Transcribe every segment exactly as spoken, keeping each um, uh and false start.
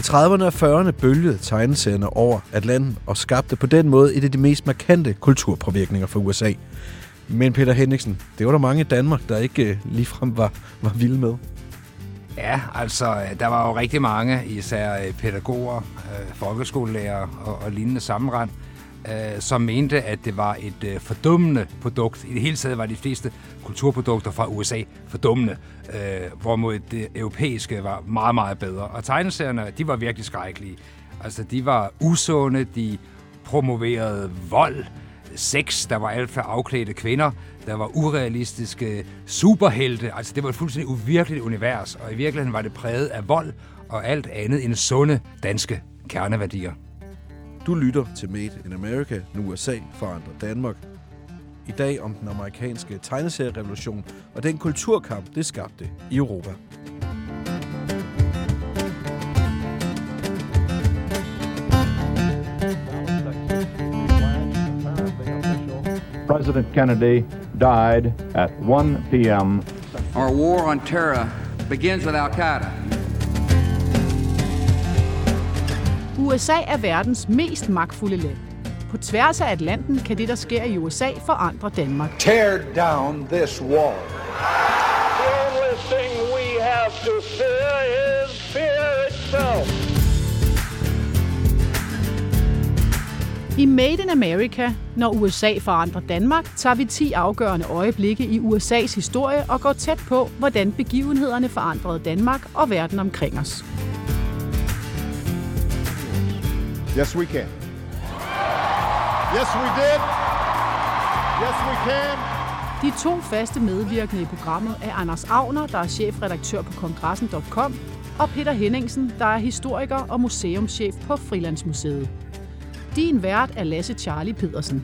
trediverne og fyrrerne bølgede tegneserierne over Atlanten og skabte på den måde et af de mest markante kulturpåvirkninger for U S A. Men Peter Henningsen, det var der mange i Danmark, der ikke ligefrem var, var vilde med. Ja, altså, der var jo rigtig mange, især pædagoger, folkeskolelærer og, og lignende sammenrend, som mente, at det var et fordummende produkt. I det hele taget var de fleste kulturprodukter fra U S A fordummende, hvorimod det europæiske var meget, meget bedre. Og tegneserierne, de var virkelig skrækkelige. Altså, de var usunde, de promoverede vold, sex, der var alt for afklædte kvinder, der var urealistiske superhelte. Altså, det var et fuldstændig uvirkeligt univers, og i virkeligheden var det præget af vold og alt andet end sunde danske kerneværdier. Du lytter til Made in America, nu U S A forandrer Danmark. I dag om den amerikanske tegneserierevolution og den kulturkamp, det skabte i Europa. President Kennedy died at one p.m. Our war on terror begins with Al-Qaeda. U S A er verdens mest magtfulde land. På tværs af Atlanten kan det, der sker i U S A, forandre Danmark. Tear down this wall. The only thing we have to fear is fear itself. I Made in America, når U S A forandrer Danmark, tager vi ti afgørende øjeblikke i U S A's historie og går tæt på, hvordan begivenhederne forandrede Danmark og verden omkring os. Yes, we can. Yes, we did. Yes, we can. De to faste medvirkende i programmet er Anders Agner, der er chefredaktør på kongressen punktum com, og Peter Henningsen, der er historiker og museumschef på Frilandsmuseet. Din vært er Lasse Charlie Pedersen.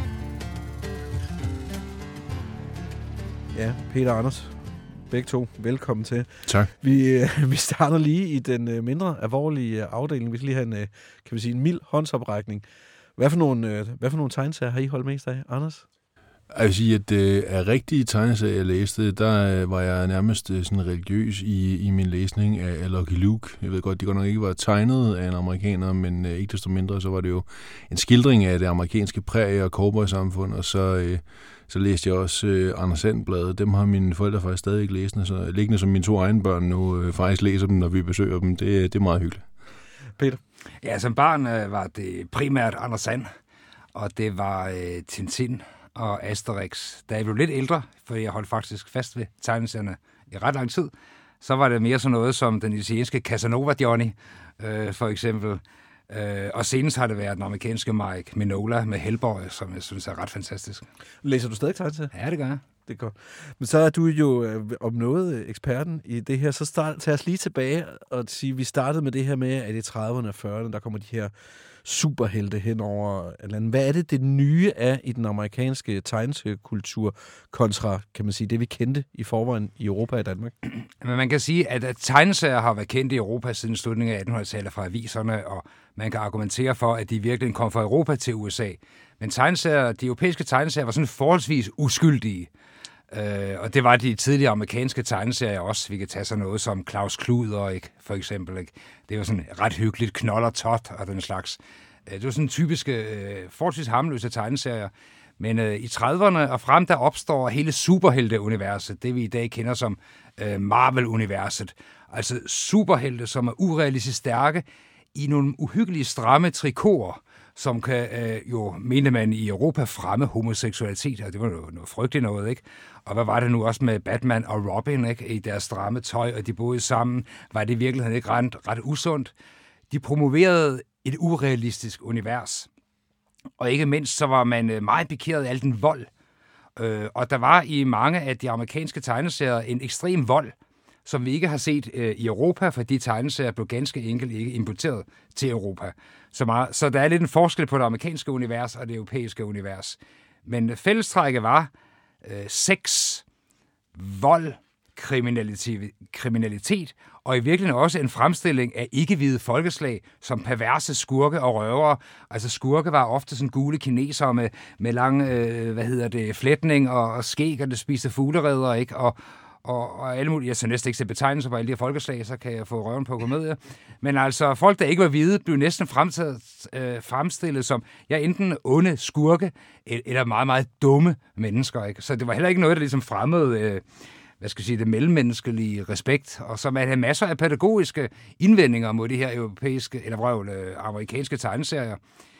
Ja, Peter og Anders, begge to, velkommen til. Tak. Vi, øh, vi starter lige i den øh, mindre alvorlige afdeling. Vi skal lige have en, øh, kan vi sige, en mild håndsoprækning. Hvad for nogle, øh, hvad for nogle tegneserier har I holdt mest af, Anders? Jeg vil sige, at øh, af rigtige tegneserier, jeg læste, der øh, var jeg nærmest øh, sådan religiøs i, i min læsning af Lucky Luke. Jeg ved godt, de godt nok ikke var tegnet af en amerikaner, men øh, ikke desto mindre, så var det jo en skildring af det amerikanske prærie- og cowboy-samfund, og så, øh, så læste jeg også øh, Anders Sandbladet. Dem har mine forældre faktisk stadig ikke læsende, så liggende som mine to egne børn nu øh, faktisk læser dem, når vi besøger dem. Det, det er meget hyggeligt. Peter? Ja, som barn øh, var det primært Anders Sand, og det var øh, Tintin og Asterix. Da jeg blev lidt ældre, for jeg holdt faktisk fast ved tegneserierne i ret lang tid, så var det mere sådan noget som den italienske Casanova Johnny, øh, for eksempel. Øh, og senest har det været den amerikanske Mike Mignola med Hellboy, som jeg synes er ret fantastisk. Læser du stadig tegneserier? Ja, det gør jeg. Det er godt. Men så er du jo øh, om noget eksperten i det her. Så start, tag os lige tilbage og sige, vi startede med det her med, at i trediverne og fyrrerne, der kommer de her superhelte hen over landet. Hvad er det, det nye er i den amerikanske tegneseriekultur kontra, kan man sige, det vi kendte i forvejen i Europa og Danmark? Men man kan sige, at tegneserier har været kendt i Europa siden slutningen af attenhundredetallet fra aviserne, og man kan argumentere for, at de virkelig kom fra Europa til U S A. Men tegneserier, de europæiske tegneserier var sådan forholdsvis uskyldige. Øh, og det var de tidligere amerikanske tegneserier også. Vi kan tage sådan noget som Claus Kluder, ikke? For eksempel. Ikke? Det var sådan ret hyggeligt, Knold og Tot og den slags. Øh, det var sådan typiske, øh, forholdsvis harmløse tegneserier. Men øh, i trediverne og frem, der opstår hele superhelte-universet, det vi i dag kender som øh, Marvel-universet. Altså superhelte, som er urealistisk stærke i nogle uhyggelige stramme trikoter, som kan øh, jo, mente man i Europa, fremme homoseksualitet, og det var jo noget frygteligt noget, ikke? Og hvad var det nu også med Batman og Robin, ikke? I deres stramme tøj, og de boede sammen, var det i virkeligheden ikke ret, ret usundt. De promoverede et urealistisk univers, og ikke mindst så var man meget pikeret af al den vold, øh, og der var i mange af de amerikanske tegneserier en ekstrem vold, som vi ikke har set øh, i Europa, fordi tegneserier blev ganske enkelt ikke importeret til Europa. Så, meget, så der er lidt en forskel på det amerikanske univers og det europæiske univers. Men fællestrækket var øh, sex, vold, kriminalitet, kriminalitet, og i virkeligheden også en fremstilling af ikke-hvide folkeslag som perverse skurke og røvere. Altså skurke var ofte sådan gule kinesere med, med lang, øh, hvad hedder det, flætning og, og skæg, og det spiste fuglereder, ikke? Og og, og alle mulige, jeg så næsten ikke se betegnelser på alle de her folkeslag, så kan jeg få røven på komedie. Men altså, folk, der ikke var hvide, blev næsten fremtaget, øh, fremstillet som, ja, enten onde skurke, eller meget, meget dumme mennesker, ikke? Så det var heller ikke noget, der ligesom fremmede, øh, hvad skal jeg sige, det mellemmenneskelige respekt, og så man havde masser af pædagogiske indvendinger mod de her europæiske, eller vrøvl, øh, amerikanske tegneserier.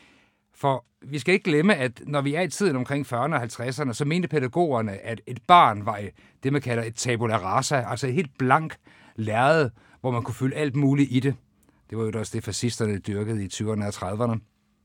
For vi skal ikke glemme, at når vi er i tiden omkring fyrrerne og halvtredserne, så mente pædagogerne, at et barn var det, man kalder et tabula rasa, altså et helt blank lærred, hvor man kunne fylde alt muligt i det. Det var jo også det, fascisterne dyrkede i tyverne og trediverne.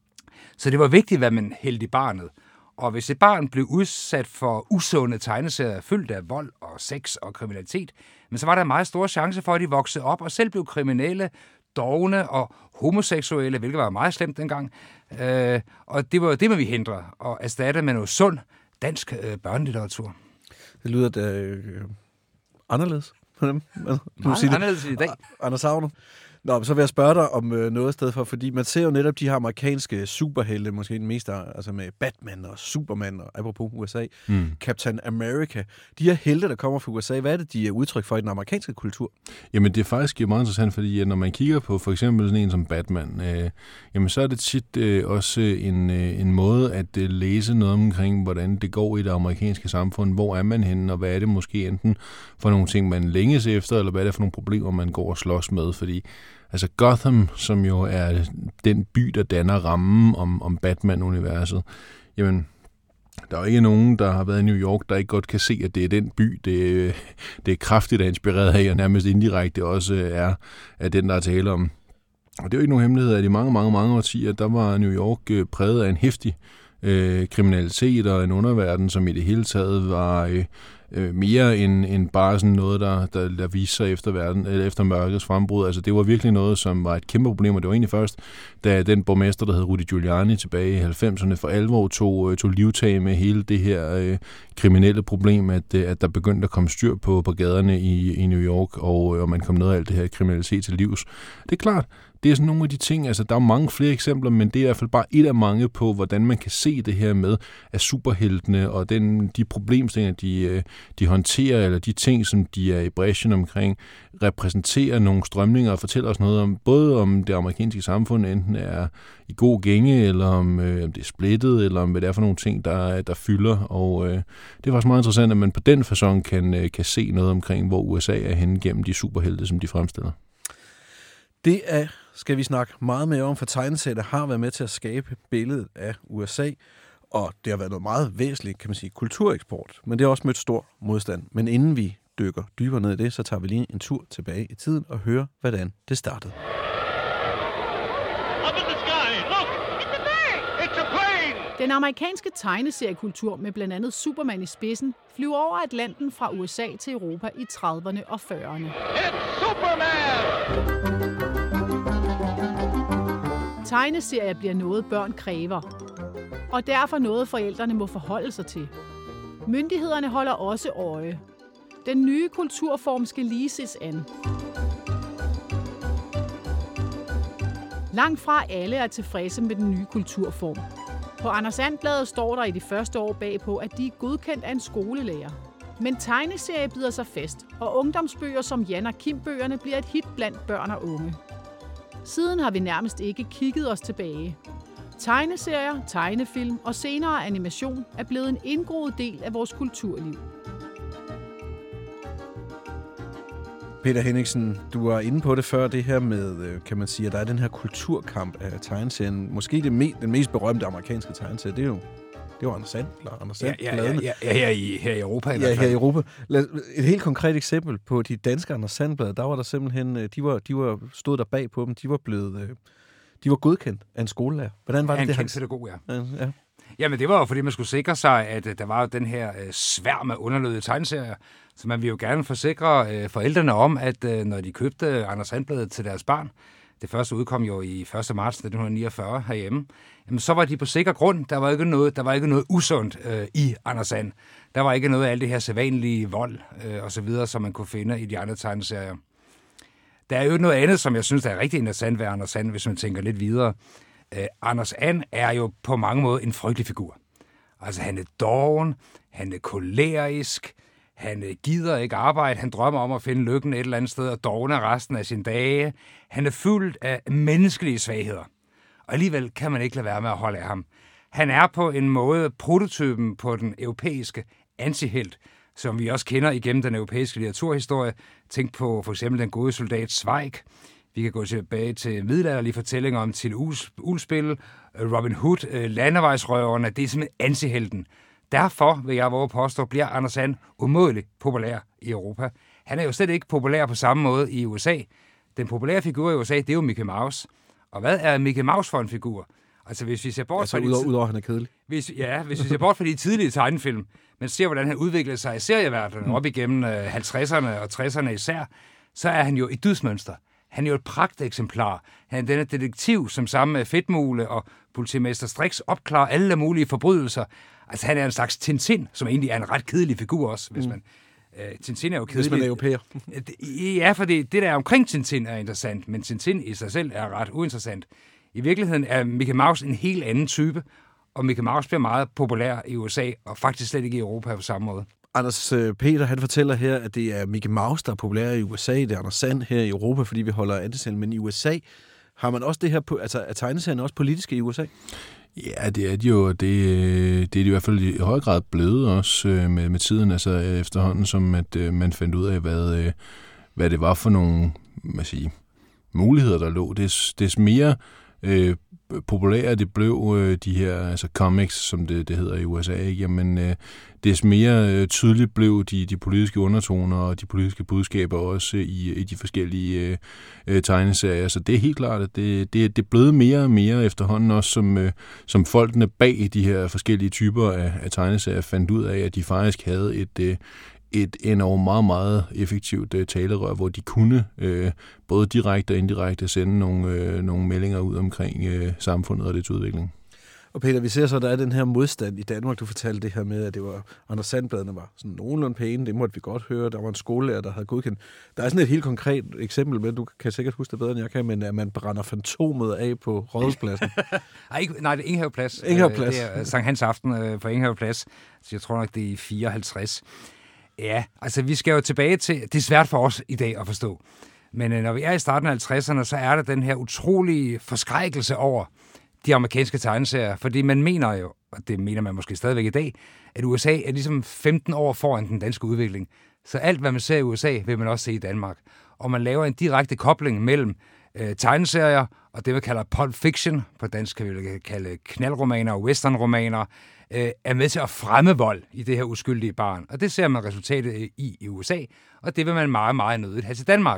Så det var vigtigt, hvad man hældte i barnet. Og hvis et barn blev udsat for usunde tegneserier, fyldt af vold og sex og kriminalitet, men så var der en meget stor chance for, at de voksede op og selv blev kriminelle, dovne og homoseksuelle, hvilket var meget slemt dengang. Øh, og det var jo det, man vi hindre og erstatte med noget sund dansk øh, børnelitteratur. Det lyder da øh, anderledes på dem. Meget anderledes i dag. Anders Agner. Nå, så vil jeg spørge dig om øh, noget sted for, fordi man ser jo netop de her amerikanske superhelte, måske den meste, altså med Batman og Superman, og apropos U S A, mm. Captain America. De her helte, der kommer fra U S A, hvad er det, de er udtryk for i den amerikanske kultur? Jamen, det er faktisk meget interessant, fordi når man kigger på for eksempel sådan en som Batman, øh, jamen så er det tit øh, også en, øh, en måde at øh, læse noget omkring, hvordan det går i det amerikanske samfund. Hvor er man henne, og hvad er det måske enten for nogle ting, man længes efter, eller hvad er det for nogle problemer, man går og slås med, fordi altså Gotham, som jo er den by, der danner rammen om, om Batman-universet, jamen, der er jo ikke nogen, der har været i New York, der ikke godt kan se, at det er den by, det, det er kraftigt er inspireret af, og nærmest indirekte også er, er den, der er tale om. Og det er jo ikke nogen hemmelighed, at i mange, mange, mange årtier, der var New York præget af en heftig øh, kriminalitet og en underverden, som i det hele taget var øh, mere end, end bare sådan noget, der, der, der viste sig efter, verden, eller efter mørkets frembrud. Altså, det var virkelig noget, som var et kæmpe problem, og det var egentlig først, da den borgmester, der hed Rudy Giuliani tilbage i halvfemserne, for alvor tog, tog livtag med hele det her øh, kriminelle problem, at, at der begyndte at komme styr på, på gaderne i, i New York, og, og man kom noget af alt det her kriminalitet til livs. Det er klart, det er sådan nogle af de ting, altså der er mange flere eksempler, men det er i hvert fald bare et af mange på, hvordan man kan se det her med, at superheltene og den, de problemstillinger, de, de håndterer, eller de ting, som de er i brechen omkring, repræsenterer nogle strømninger og fortæller os noget om, både om det amerikanske samfund enten er i god gænge, eller om, øh, om det er splittet, eller om hvad det er for nogle ting, der, der fylder. Og øh, det er faktisk meget interessant, at man på den facon kan, øh, kan se noget omkring, hvor U S A er henne gennem de superhelte, som de fremstiller. Det er, skal vi snakke meget mere om, for tegneserier har været med til at skabe billedet af U S A, og det har været noget meget væsentligt, kan man sige, kultureksport, men det har også mødt stor modstand. Men inden vi dykker dybere ned i det, så tager vi lige en tur tilbage i tiden og hører, hvordan det startede. Den amerikanske tegneseriekultur med blandt andet Superman i spidsen flyver over Atlanten fra U S A til Europa i trediverne og fyrrerne. Tegneserier bliver noget, børn kræver, og derfor noget, forældrene må forholde sig til. Myndighederne holder også øje. Den nye kulturform skal lige ses an. Langt fra alle er tilfredse med den nye kulturform. På Anders And-bladet står der i de første år bagpå, at de er godkendt af en skolelærer. Men tegneserier bider sig fast, og ungdomsbøger som Jan og Kim-bøgerne bliver et hit blandt børn og unge. Siden har vi nærmest ikke kigget os tilbage. Tegneserier, tegnefilm og senere animation er blevet en indgroet del af vores kulturliv. Peter Henningsen, du var inde på det før, det her med, kan man sige, at der er den her kulturkamp af tegneserien. Måske det me- den mest berømte amerikanske tegneserie, det er jo, det var Anders And, eller Anders And. Ja, ja, ja, ja, ja, her, i, her i Europa i ja, her i Europa. Et helt konkret eksempel på de danske Anders And-blade, der var der simpelthen, de var, de var stod der bag på dem, de var blevet, de var godkendt af en skolelærer. Hvordan var det, en det kendt pædagog, ja. ja. ja. Jamen, det var jo, fordi man skulle sikre sig, at der var jo den her øh, sværm af underlødige tegneserier, så man ville jo gerne forsikre øh, forældrene om, at øh, når de købte Anders And-bladet til deres barn, det første udkom jo i første marts nitten niogfyrre herhjemme, jamen, så var de på sikker grund. Der var ikke noget, der var ikke noget usundt øh, i Anders And. Der var ikke noget af alt det her sædvanlige vold øh, og så videre, som man kunne finde i de andre tegneserier. Der er jo noget andet, som jeg synes, der er rigtig interessant ved Anders And, hvis man tænker lidt videre. Uh, Anders And er jo på mange måder en frygtelig figur. Altså, han er doven, han er kolerisk, Han øh, gider ikke arbejde. Han drømmer om at finde lykken et eller andet sted og dovne resten af sine dage. Han er fyldt af menneskelige svagheder. Og alligevel kan man ikke lade være med at holde af ham. Han er på en måde prototypen på den europæiske antihelt, som vi også kender igennem den europæiske litteraturhistorie. Tænk på for eksempel den gode soldat Zweig. Vi kan gå tilbage til middelalderlige fortællinger om til Ulspil, Robin Hood, landevejsrøverne. Det er simpelthen antihelten. Derfor, vil jeg våge påstå, bliver Anders Sand umådeligt populær i Europa. Han er jo slet ikke populær på samme måde i U S A. Den populære figur i U S A, det er jo Mickey Mouse. Og hvad er Mickey Mouse for en figur? Altså, hvis vi ser bort altså, fra udover, de... udover, han er kedelig. Hvis, ja, hvis vi ser bort fra de tidlige tegnefilm, men ser, hvordan han udviklede sig i serieverdenen mm. op igennem halvtredserne og tresserne især, så er han jo et dydsmønster. Han er jo et pragteksemplar. Han er denne detektiv, som sammen med Fedtmule og politimester Strix opklarer alle mulige forbrydelser. Altså, han er en slags Tintin, som egentlig er en ret kedelig figur også, hvis man... Uh, Tintin er jo kedelig. Hvis man er europæer. Ja, for det, det der er omkring Tintin er interessant, men Tintin i sig selv er ret uinteressant. I virkeligheden er Mickey Mouse en helt anden type, og Mickey Mouse bliver meget populær i U S A, og faktisk slet ikke i Europa på samme måde. Anders Peter, han fortæller her, at det er Mickey Mouse, der er populær i U S A, det er Anders Sand her i Europa, fordi vi holder antiserien, men i U S A har man også det her, altså er tegneserierne også politiske i U S A? Ja, det er de jo, det, det er de i hvert fald i høj grad blevet også med, med tiden, altså efterhånden, som at man fandt ud af, hvad, hvad det var for nogle hvad siger, muligheder, der lå. Des, des mere øh, populære det blev, øh, de her altså comics, som det, det hedder i U S A, ikke? Jamen, øh, des mere øh, tydeligt blev de, de politiske undertoner og de politiske budskaber også i, i de forskellige øh, tegneserier. Så det er helt klart, at det, det, det er blevet mere og mere efterhånden også, som, øh, som folkene bag de her forskellige typer af, af tegneserier fandt ud af, at de faktisk havde et, øh, et endnu meget, meget effektivt uh, talerør, hvor de kunne uh, både direkte og indirekte sende nogle, uh, nogle meldinger ud omkring uh, samfundet og dets udvikling. Og Peter, vi ser så, at der er den her modstand i Danmark. Du fortalte det her med, at det var Anders Sandbladene var sådan nogenlunde pæne. Det måtte vi godt høre. Der var en skolelærer, der havde godkendt. Der er sådan et helt konkret eksempel med, du kan sikkert huske det bedre, end jeg kan, men at man brænder Fantomet af på Rådhuspladsen. nej, ikke, nej, det er Ingehaveplads. Ingehaveplads. Det er Sankt Hans aften på Ingehaveplads. Så jeg tror nok, det er i fireoghalvtreds. Ja, altså vi skal jo tilbage til, det er svært for os i dag at forstå, men når vi er i starten af halvtredserne, så er der den her utrolige forskrækkelse over de amerikanske tegneserier, fordi man mener jo, og det mener man måske stadigvæk i dag, at U S A er ligesom femten år foran den danske udvikling. Så alt, hvad man ser i U S A, vil man også se i Danmark. Og man laver en direkte kobling mellem øh, tegneserier og det, man kalder pulp fiction, på dansk kan vi kalde knaldromaner og westernromaner, øh, er med til at fremme vold i det her uskyldige barn. Og det ser man resultatet i i U S A, og det vil man meget, meget nødigt have til Danmark.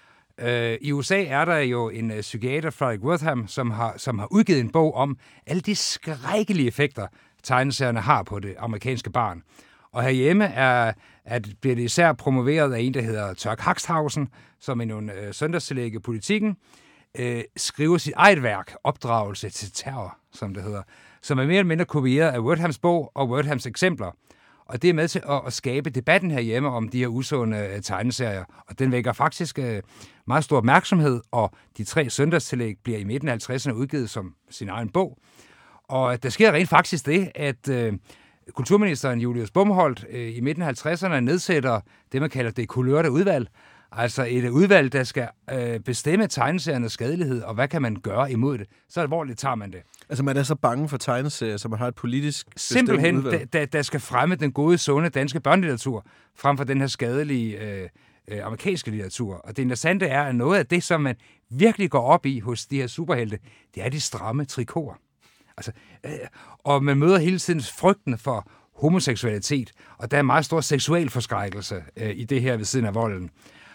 Øh, I U S A er der jo en uh, psykiater, Frederick Wertham, som har, som har udgivet en bog om alle de skrækkelige effekter, tegneserierne har på det amerikanske barn. Og herhjemme er, at bliver det især promoveret af en, der hedder Turk Haxthausen, som i nogle øh, søndagstillæg i Politikken øh, skriver sit eget værk, Opdragelse til terror, som det hedder, som er mere eller mindre kopieret af Werthams bog og Werthams eksempler. Og det er med til at, at skabe debatten herhjemme om de her usunde øh, tegneserier. Og den vækker faktisk øh, meget stor opmærksomhed, og de tre søndagstillæg bliver i midten af halvtredserne udgivet som sin egen bog. Og der sker rent faktisk det, at øh, kulturministeren Julius Bomholt øh, i midten af halvtredserne nedsætter det, man kalder det kulørte udvalg. Altså et udvalg, der skal øh, bestemme tegneseriernes skadelighed, og hvad kan man gøre imod det. Så alvorligt tager man det. Altså man er så bange for tegneserier, så man har et politisk simpelthen, udvalg. Der, der skal fremme den gode, sunde danske børnelitteratur, frem for den her skadelige øh, øh, amerikanske litteratur. Og det interessante er, at noget af det, som man virkelig går op i hos de her superhelte, det er de stramme trikoter. Altså, øh, og man møder hele tiden frygten for homoseksualitet, og der er meget stor seksuel forskrækkelse øh, i det her ved siden af volden.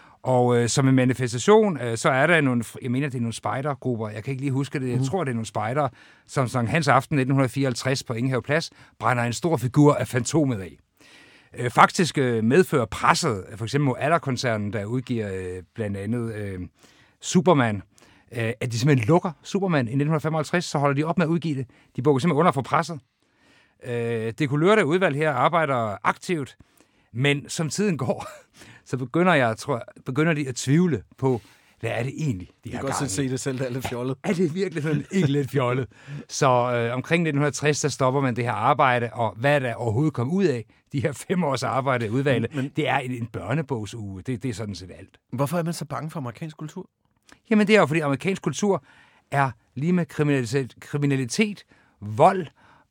Og øh, som en manifestation, øh, så er der nogle, jeg mener, det er nogle spejdergrupper, jeg kan ikke lige huske det, jeg mm. tror, det er nogle spejdere, som Sankt Hans aften nitten fireoghalvtreds på Ingehaveplads brænder en stor figur af Fantomet af. Øh, faktisk øh, medfører presset, for eksempel Moaller-koncernen, der udgiver øh, blandt andet øh, Superman, øh, at de simpelthen lukker Superman i nitten femoghalvtreds, så holder de op med at udgive det. De bukker simpelthen under for presset. Øh, det kulørte udvalg her arbejder aktivt, men som tiden går, så begynder jeg, tror, begynder de at tvivle på, hvad er det egentlig, de har gang i? Jeg kan godt se det selv, det er lidt fjollet. Er det virkelig sådan ikke lidt fjollet? Så øh, omkring nitten tres, der stopper man det her arbejde, og hvad er der overhovedet kommet ud af? De her fem års arbejde i udvalget, men, det er en, en børnebogsuge. Det, det er sådan set alt. Hvorfor er man så bange for amerikansk kultur? Jamen det er jo, fordi amerikansk kultur er lige med kriminalitet, kriminalitet vold,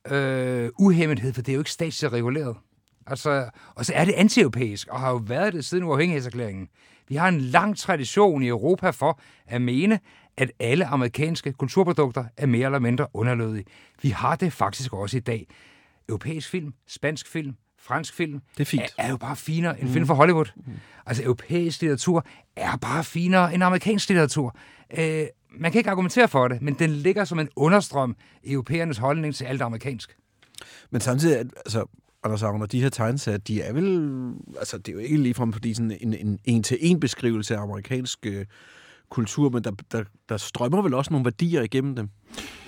øh, uhæmmethed, for det er jo ikke statsligt reguleret. Altså, og så er det anti-europæisk, og har jo været det siden uafhængighedserklæringen. Vi har en lang tradition i Europa for at mene, at alle amerikanske kulturprodukter er mere eller mindre underlødige. Vi har det faktisk også i dag. Europæisk film, spansk film, fransk film det er, fint. er, er jo bare finere end mm. film fra Hollywood. Mm. Altså, europæisk litteratur er bare finere end amerikansk litteratur. Øh, man kan ikke argumentere for det, men den ligger som en understrøm i europæernes holdning til alt amerikansk. Men samtidig, altså, Anders Agner, de her tegneserier, de er vel, altså det er jo ikke ligefrem fordi sådan en, en en-til-en beskrivelse af amerikansk øh, kultur, men der, der, der strømmer vel også nogle værdier igennem dem.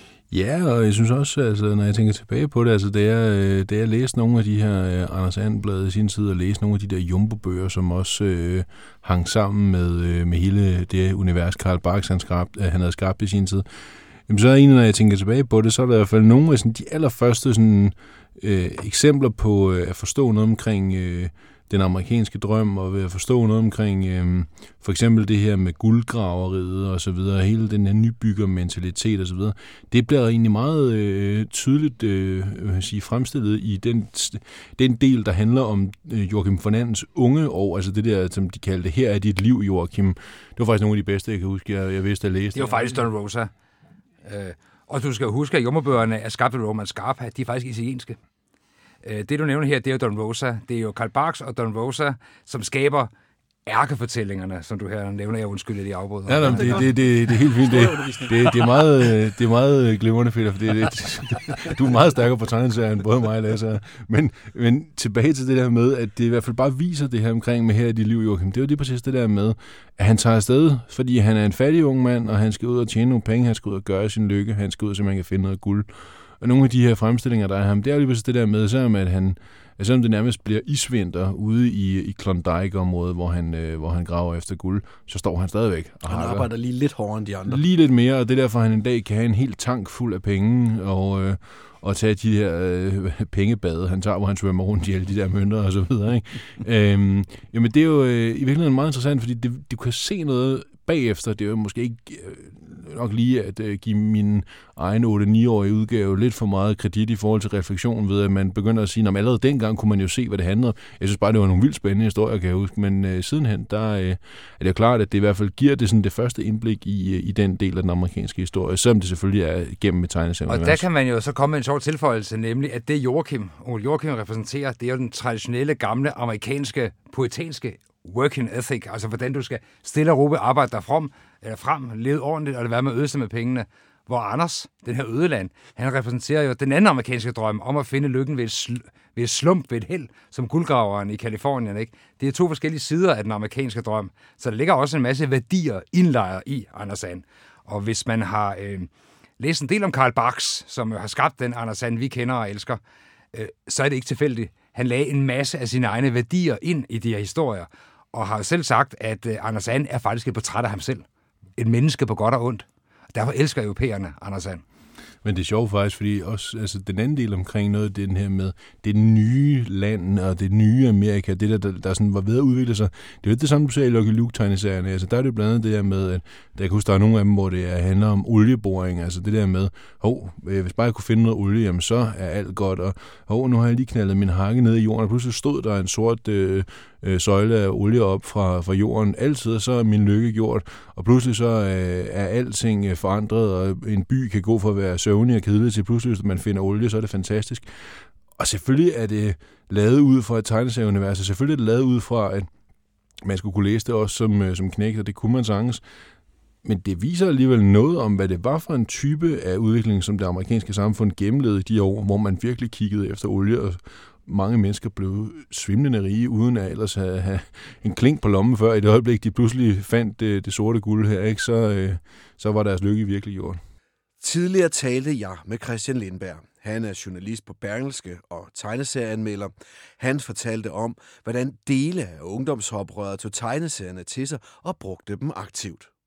Ja, og jeg synes også, altså, når jeg tænker tilbage på det, altså, da jeg, da jeg læste nogle af de her uh, Anders And-blade i sin tid, og læste nogle af de der Jumbo-bøger, som også uh, hang sammen med, uh, med hele det univers, Carl Barks, han, skabt, uh, han havde skabt i sin tid, jamen, så er egentlig, når jeg tænker tilbage på det, så er der i hvert fald nogle af sådan, de allerførste sådan, uh, eksempler på uh, at forstå noget omkring uh, den amerikanske drøm, og ved at forstå noget omkring øh, for eksempel det her med guldgraveriet og så videre, hele den her nybyggermentalitet og så videre, det bliver egentlig meget øh, tydeligt øh, sige, fremstillet i den, den del, der handler om øh, Joachim von Andens unge år, altså det der, som de kaldte, her er dit liv, Joachim. Det var faktisk nogle af de bedste, jeg kan huske, jeg, jeg vidste at læse. Det var faktisk Don Rosa. Øh, og du skal jo huske, at jummerbøgerne er skabt af Roman Scarpa, de er faktisk italienske. Det, du nævner her, det er jo Don Rosa. Det er jo Carl Barks og Don Rosa, som skaber ærkefortællingerne, som du her nævner. Jeg undskylder, de afbryder. Ja, det, det, det, det, det er helt fint. Det, det, det, er meget, det er meget glimrende, Peter, for det, det, du er meget stærkere på tegneserien, både mig og Lasse. Men, men tilbage til det der med, at det i hvert fald bare viser det her omkring med her i dit liv, Joachim. Det er jo lige præcis det der med, at han tager afsted, fordi han er en fattig ung mand, og han skal ud og tjene nogle penge, han skal ud og gøre sin lykke, han skal ud, så man kan finde noget guld. Og nogle af de her fremstillinger, der er ham, det er jo lige præcis det der med, selvom at han, selvom det nærmest bliver isvinter ude i, i Klondike-området, hvor han, øh, hvor han graver efter guld, så står han stadigvæk. Og han arbejder lige lidt hårdere end de andre. Lige lidt mere, og det er derfor, han en dag kan have en helt tank fuld af penge, og, øh, og tage de her øh, pengebade, han tager, hvor han svømmer rundt i alle de der mønter og så videre. Ikke? øhm, jamen det er jo øh, i virkeligheden meget interessant, fordi det, du kan se noget bagefter. Det er jo måske ikke øh, nok lige at øh, give min egen otte-ni-årige udgave lidt for meget kredit i forhold til refleksion ved, at man begynder at sige, at allerede dengang kunne man jo se, hvad det handlede om. Jeg synes bare, det var nogle vildt spændende historier, kan jeg huske. Men øh, sidenhen, der øh, er det jo klart, at det i hvert fald giver det, sådan, det første indblik i, i den del af den amerikanske historie, selvom det selvfølgelig er gennem et tegneserie. Og der kan man jo så komme med en sjov tilføjelse, nemlig at det Joachim, og Joachim repræsenterer, det er jo den traditionelle, gamle, amerikanske, poetanske working ethic, altså hvordan du skal stille og råbe arbejde dig frem, eller frem, leve ordentligt, og det være med at øde sig med pengene. Hvor Anders, den her ødeland, han repræsenterer jo den anden amerikanske drøm om at finde lykken ved et, sl- ved et slump, ved et held, som guldgraveren i Kalifornien, ikke? Det er to forskellige sider af den amerikanske drøm, så der ligger også en masse værdier indlejret i Anders And. Og hvis man har øh, læst en del om Carl Barks, som har skabt den Anders And, vi kender og elsker, øh, så er det ikke tilfældigt. Han lagde en masse af sine egne værdier ind i de her historier, og har selv sagt, at uh, Anders And er faktisk et portræt af ham selv. Et menneske på godt og ondt. Derfor elsker europæerne Anders And. Men det er sjovt faktisk, fordi også altså, den anden del omkring noget, den her med det nye land og det nye Amerika, det der, der, der sådan var ved at udvikle sig, det er jo det samme, du ser i Lucky Luke-tegneserierne. Altså, der er det jo blandt andet det der med, at der kan huske, der er nogle af dem, hvor det er, handler om olieboring. Altså det der med, hov, hvis bare jeg kunne finde noget olie, jamen så er alt godt. Og hov, nu har jeg lige knaldet min hakke ned i jorden, og pludselig stod der en sort øh, øh, søjle af olie op fra, fra jorden. Altid så er min lykke gjort, og pludselig så øh, er alting øh, forandret, og en by kan gå fra at være søvnig og kedelig til pludselig, hvis man finder olie, så er det fantastisk. Og selvfølgelig er det lavet ud fra et tegneserieunivers, og selvfølgelig er det lavet ud fra, at man skulle kunne læse det også som, som knægt, og det kunne man sagtens. Men det viser alligevel noget om, hvad det var for en type af udvikling, som det amerikanske samfund gennemlevede i de år, hvor man virkelig kiggede efter olie, og mange mennesker blev svimlende rige, uden at ellers have, have en klink på lommen før. I det øjeblik, de pludselig fandt det, det sorte guld her, ikke? Så, øh, så var deres lykke virkelig gjort. Tidligere talte jeg med Christian Lindberg. Han er journalist på Berlingske og tegneserieanmelder. Han fortalte om, hvordan dele af ungdomsoprøret tog tegneserierne til sig og brugte dem aktivt.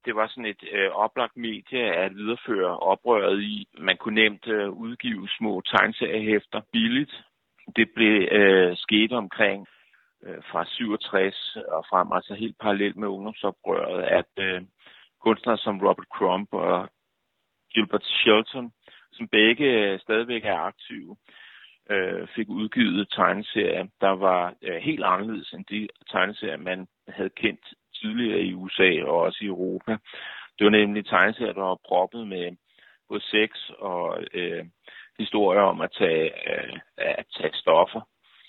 det var sådan et øh, oplagt medie at videreføre oprøret i. Man kunne nemt øh, udgive små tegneseriehæfter billigt. Det blev øh, sket omkring øh, fra syvogtres og frem, altså helt parallelt med ungdomsoprøret, at øh, kunstnere som Robert Crumb og Gilbert Shelton, som begge øh, stadigvæk er aktive, øh, fik udgivet tegneserier, der var øh, helt anderledes end de tegneserier, man havde kendt tidligere i U S A og også i Europa. Det var nemlig tegneserier, der var proppet med både sex og øh, historier om at tage, øh, at tage stoffer.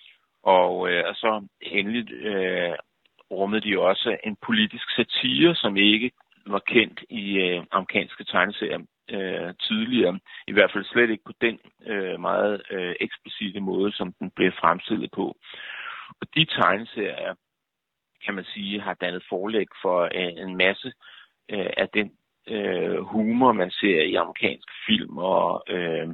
Og, øh, og så endelig øh, rummede de også en politisk satire, som ikke var kendt i øh, amerikanske tegneserier øh, tidligere. I hvert fald slet ikke på den øh, meget øh, eksplicite måde, som den blev fremstillet på. Og de tegneserier, kan man sige, har dannet forlæg for øh, en masse øh, af den øh, humor, man ser i amerikanske film og øh,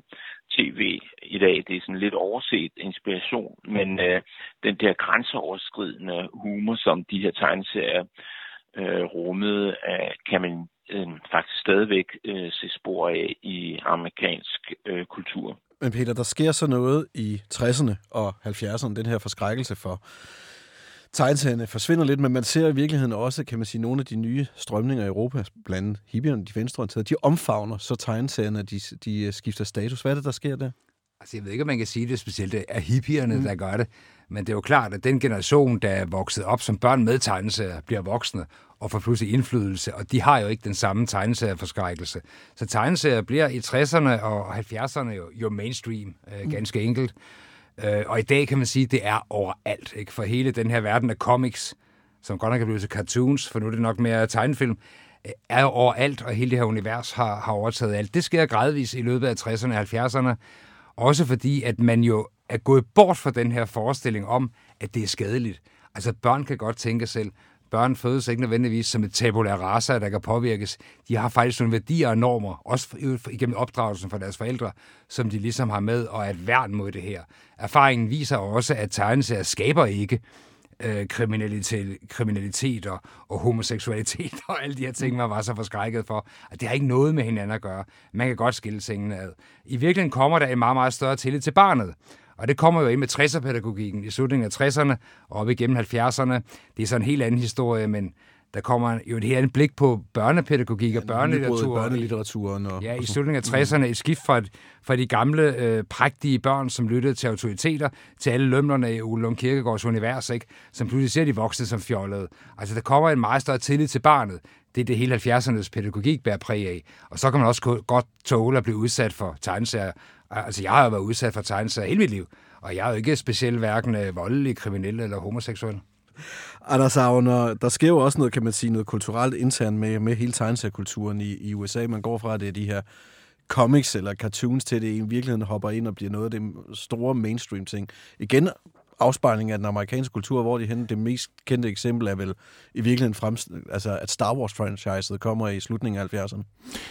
tv i dag. Det er sådan lidt overset inspiration, men øh, den der grænseoverskridende humor, som de her tegneserier øh, rummede, øh, kan man øh, faktisk stadigvæk øh, se spor af i amerikansk øh, kultur. Men Peter, der sker så noget i tresserne og halvfjerdserne, den her forskrækkelse for tegneserierne forsvinder lidt, men man ser i virkeligheden også, kan man sige, nogle af de nye strømninger i Europa, blandt andet hippierne, de venstreorienterede, de omfavner så tegneserierne, de, de skifter status. Hvad er det, der sker der? Altså, jeg ved ikke, om man kan sige det specielt af hippierne, mm. der gør det, men det er jo klart, at den generation, der er vokset op som børn med tegneserier, bliver voksne og får pludselig indflydelse, og de har jo ikke den samme tegneserieforskrækkelse. Så tegneserier bliver i tresserne og halvfjerdserne jo, jo mainstream, øh, ganske mm. enkelt. Øh, og i dag kan man sige, at det er overalt, ikke? For hele den her verden af comics, som godt nok kan blive til cartoons, for nu er det nok mere tegnefilm, er jo overalt, og hele det her univers har, har overtaget alt. Det sker gradvist i løbet af tresserne og halvfjerdserne, også fordi, at man jo er gået bort fra den her forestilling om, at det er skadeligt. Altså, børn kan godt tænke selv. Børn fødes ikke nødvendigvis som et tabula rasa, der kan påvirkes. De har faktisk nogle værdier og normer, også igennem opdragelsen fra deres forældre, som de ligesom har med, og er et værn mod det her. Erfaringen viser også, at tegneserier skaber ikke øh, kriminalitet, kriminalitet og, og homoseksualitet og alle de her ting, man var så forskrækket for. Og det har ikke noget med hinanden at gøre. Man kan godt skille tingene ad. I virkeligheden kommer der en meget, meget større tillid til barnet. Og det kommer jo ind med tresser-pædagogikken i slutningen af tresserne og op igennem halvfjerdserne. Det er så en helt anden historie, men der kommer jo et helt andet blik på børnepædagogik og børnelitteratur. Børnelitteraturen. Og, ja, i slutningen af tresserne et skift fra, fra de gamle, øh, prægtige børn, som lyttede til autoriteter, til alle lømlerne i Ole Lund Kirkegaards univers, ikke? Som pludselig ser de voksne som fjollede. Altså, der kommer en meget større tillid til barnet. Det er det hele halvfjerdsernes pædagogik bærer præg af. Og så kan man også godt tåle at blive udsat for tegneserier. Altså, jeg har jo været udsat for tegneserier hele mit liv, og jeg er jo ikke specielt hverken voldelig, kriminel eller homoseksuel. Anders Agner, der sker jo også noget, kan man sige, noget kulturelt internt med, med hele tegneseriekulturen i, i U S A. Man går fra, at det er de her comics eller cartoons til, det i virkeligheden hopper ind og bliver noget af det store mainstream ting. Igen afspejling af den amerikanske kultur, hvor de henne, det mest kendte eksempel er vel i virkeligheden frem, altså at Star Wars-franchiset kommer i slutningen af halvfjerdserne.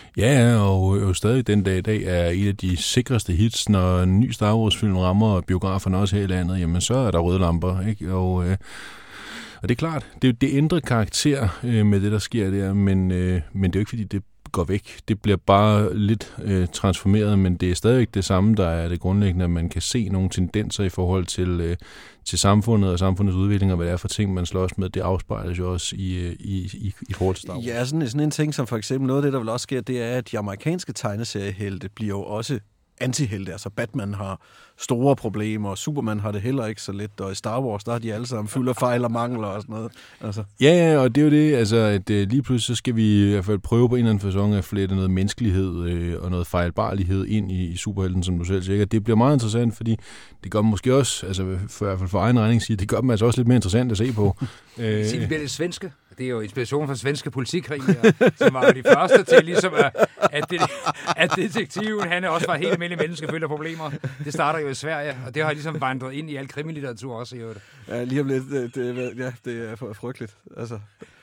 Ja, og jo stadig den dag i dag er et af de sikreste hits, når en ny Star Wars-film rammer biograferne også her i landet, jamen så er der røde lamper, ikke? Og, øh, og det er klart, det, det ændrer karakter øh, med det, der sker der, men, øh, men det er jo ikke, fordi det går væk. Det bliver bare lidt øh, transformeret, men det er stadigvæk det samme, der er det grundlæggende, at man kan se nogle tendenser i forhold til, øh, til samfundet og samfundets udvikling, og hvad det er for ting, man slås med. Det afspejles jo også i, i, i, i forhold til Star Wars. Ja, sådan, sådan en ting som for eksempel noget af det, der vil også ske, det er, at de amerikanske tegneseriehelte bliver jo også antihelte. Altså Batman har store problemer, og Superman har det heller ikke så let, og i Star Wars, der er de alle sammen fuld af fejl og mangler og sådan noget. Altså. Ja, ja, og det er jo det, altså, at øh, lige pludselig så skal vi i hvert fald prøve på en eller anden facon at flette noget menneskelighed øh, og noget fejlbarlighed ind i, i superhelten, som du selv siger. Det bliver meget interessant, fordi det gør dem måske også, altså for, i hvert fald for egen regning sige, det gør dem altså også lidt mere interessant at se på. øh. Så det bliver det svenske. Det er jo inspiration fra svenske politikriger, som var de første til ligesom, at, at, det, at detektiven, han også var helt almindelig menneske, følger problemer. Det starter jo i Sverige, og det har ligesom vandret ind i al krimilitteratur også i øvrigt. Ja, lige om lidt, det, det, ja, det er frygteligt. Altså,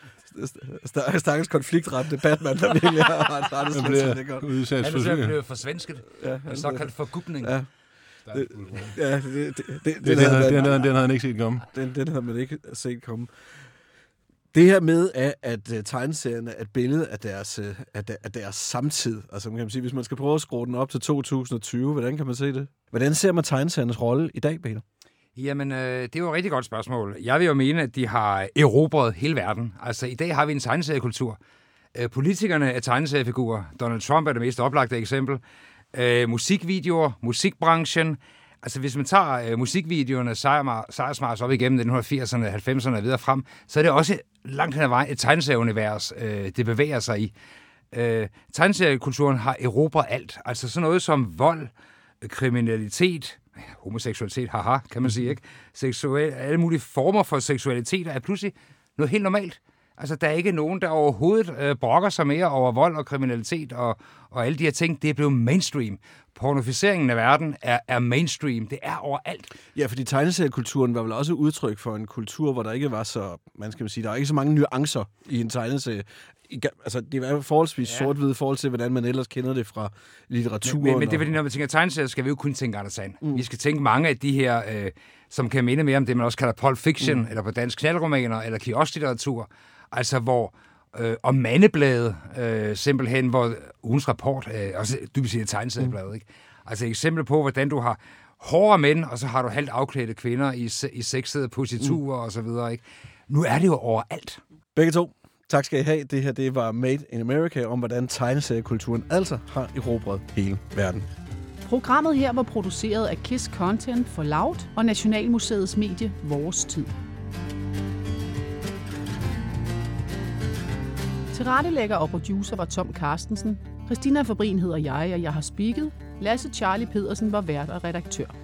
stakkels konfliktramte Batman, der virkelig har rettet sig til det godt. Han er simpelthen blevet for svensket. Ja, en såkaldt forgubning. Ja. Det, ja, det, det, det, det, den, havde, den, den, den havde han ikke set komme. Den, den havde man ikke set komme. Det her med, at, at uh, tegneserierne er et billede af deres, uh, af, der, af deres samtid. Altså, man kan sige, hvis man skal prøve at skrue den op til to tusind og tyve, hvordan kan man se det? Hvordan ser man tegneseriernes rolle i dag, Peter? Jamen, øh, det er jo et rigtig godt spørgsmål. Jeg vil jo mene, at de har erobret hele verden. Altså, i dag har vi en tegneseriekultur. Øh, politikerne er tegneseriefigurer. Donald Trump er det mest oplagte eksempel. Øh, musikvideoer, musikbranchen. Altså, hvis man tager øh, musikvideoerne Sejrsmars op igennem nitten firserne, halvfemserne og videre frem, så er det også langt hen ad vejen et tegneserieunivers, øh, det bevæger sig i. Øh, tegneseriekulturen har erobret alt. Altså sådan noget som vold, kriminalitet, homoseksualitet, haha, kan man sige, ikke? Seksuel, alle mulige former for seksualitet er pludselig noget helt normalt. Altså, der er ikke nogen, der overhovedet øh, brokker sig mere over vold og kriminalitet og, og alle de her ting. Det er blevet mainstream. Pornofiseringen af verden er, er mainstream. Det er overalt. Ja, fordi tegneseriekulturen var vel også udtryk for en kultur, hvor der ikke var så, man skal sige, der er ikke så mange nuancer i en tegneserie. Altså, det er forholdsvis ja. sort-hvid i forhold til, hvordan man ellers kender det fra litteraturen. Men, men, men det er fordi, når man tænker tegneserier, skal vi jo kun tænke Anders And. Mm. Vi skal tænke mange af de her, øh, som kan minde mere om det, man også kalder Pulp Fiction, mm. eller på dansk knaldromaner, eller kiosklitteratur. Altså, hvor øh, om mandebladet, øh, simpelthen, hvor ugens rapport, øh, også dybest set tegneseriebladet, mm. ikke? Altså, et eksempel på, hvordan du har hårde mænd, og så har du halvt afklædte kvinder i, i sexede positurer, mm. og så videre, ikke? Nu er det jo overalt. Begge to. Tak skal I have. Det her, det var Made in America, om hvordan tegneseriekulturen altså har erobret hele verden. Programmet her var produceret af KISS Content for Loud og Nationalmuseets medie Vores Tid. Tilrettelægger og producer var Tom Carstensen. Christina Fabrin hedder jeg, og jeg har speaket. Lasse Charlie Pedersen var vært og redaktør.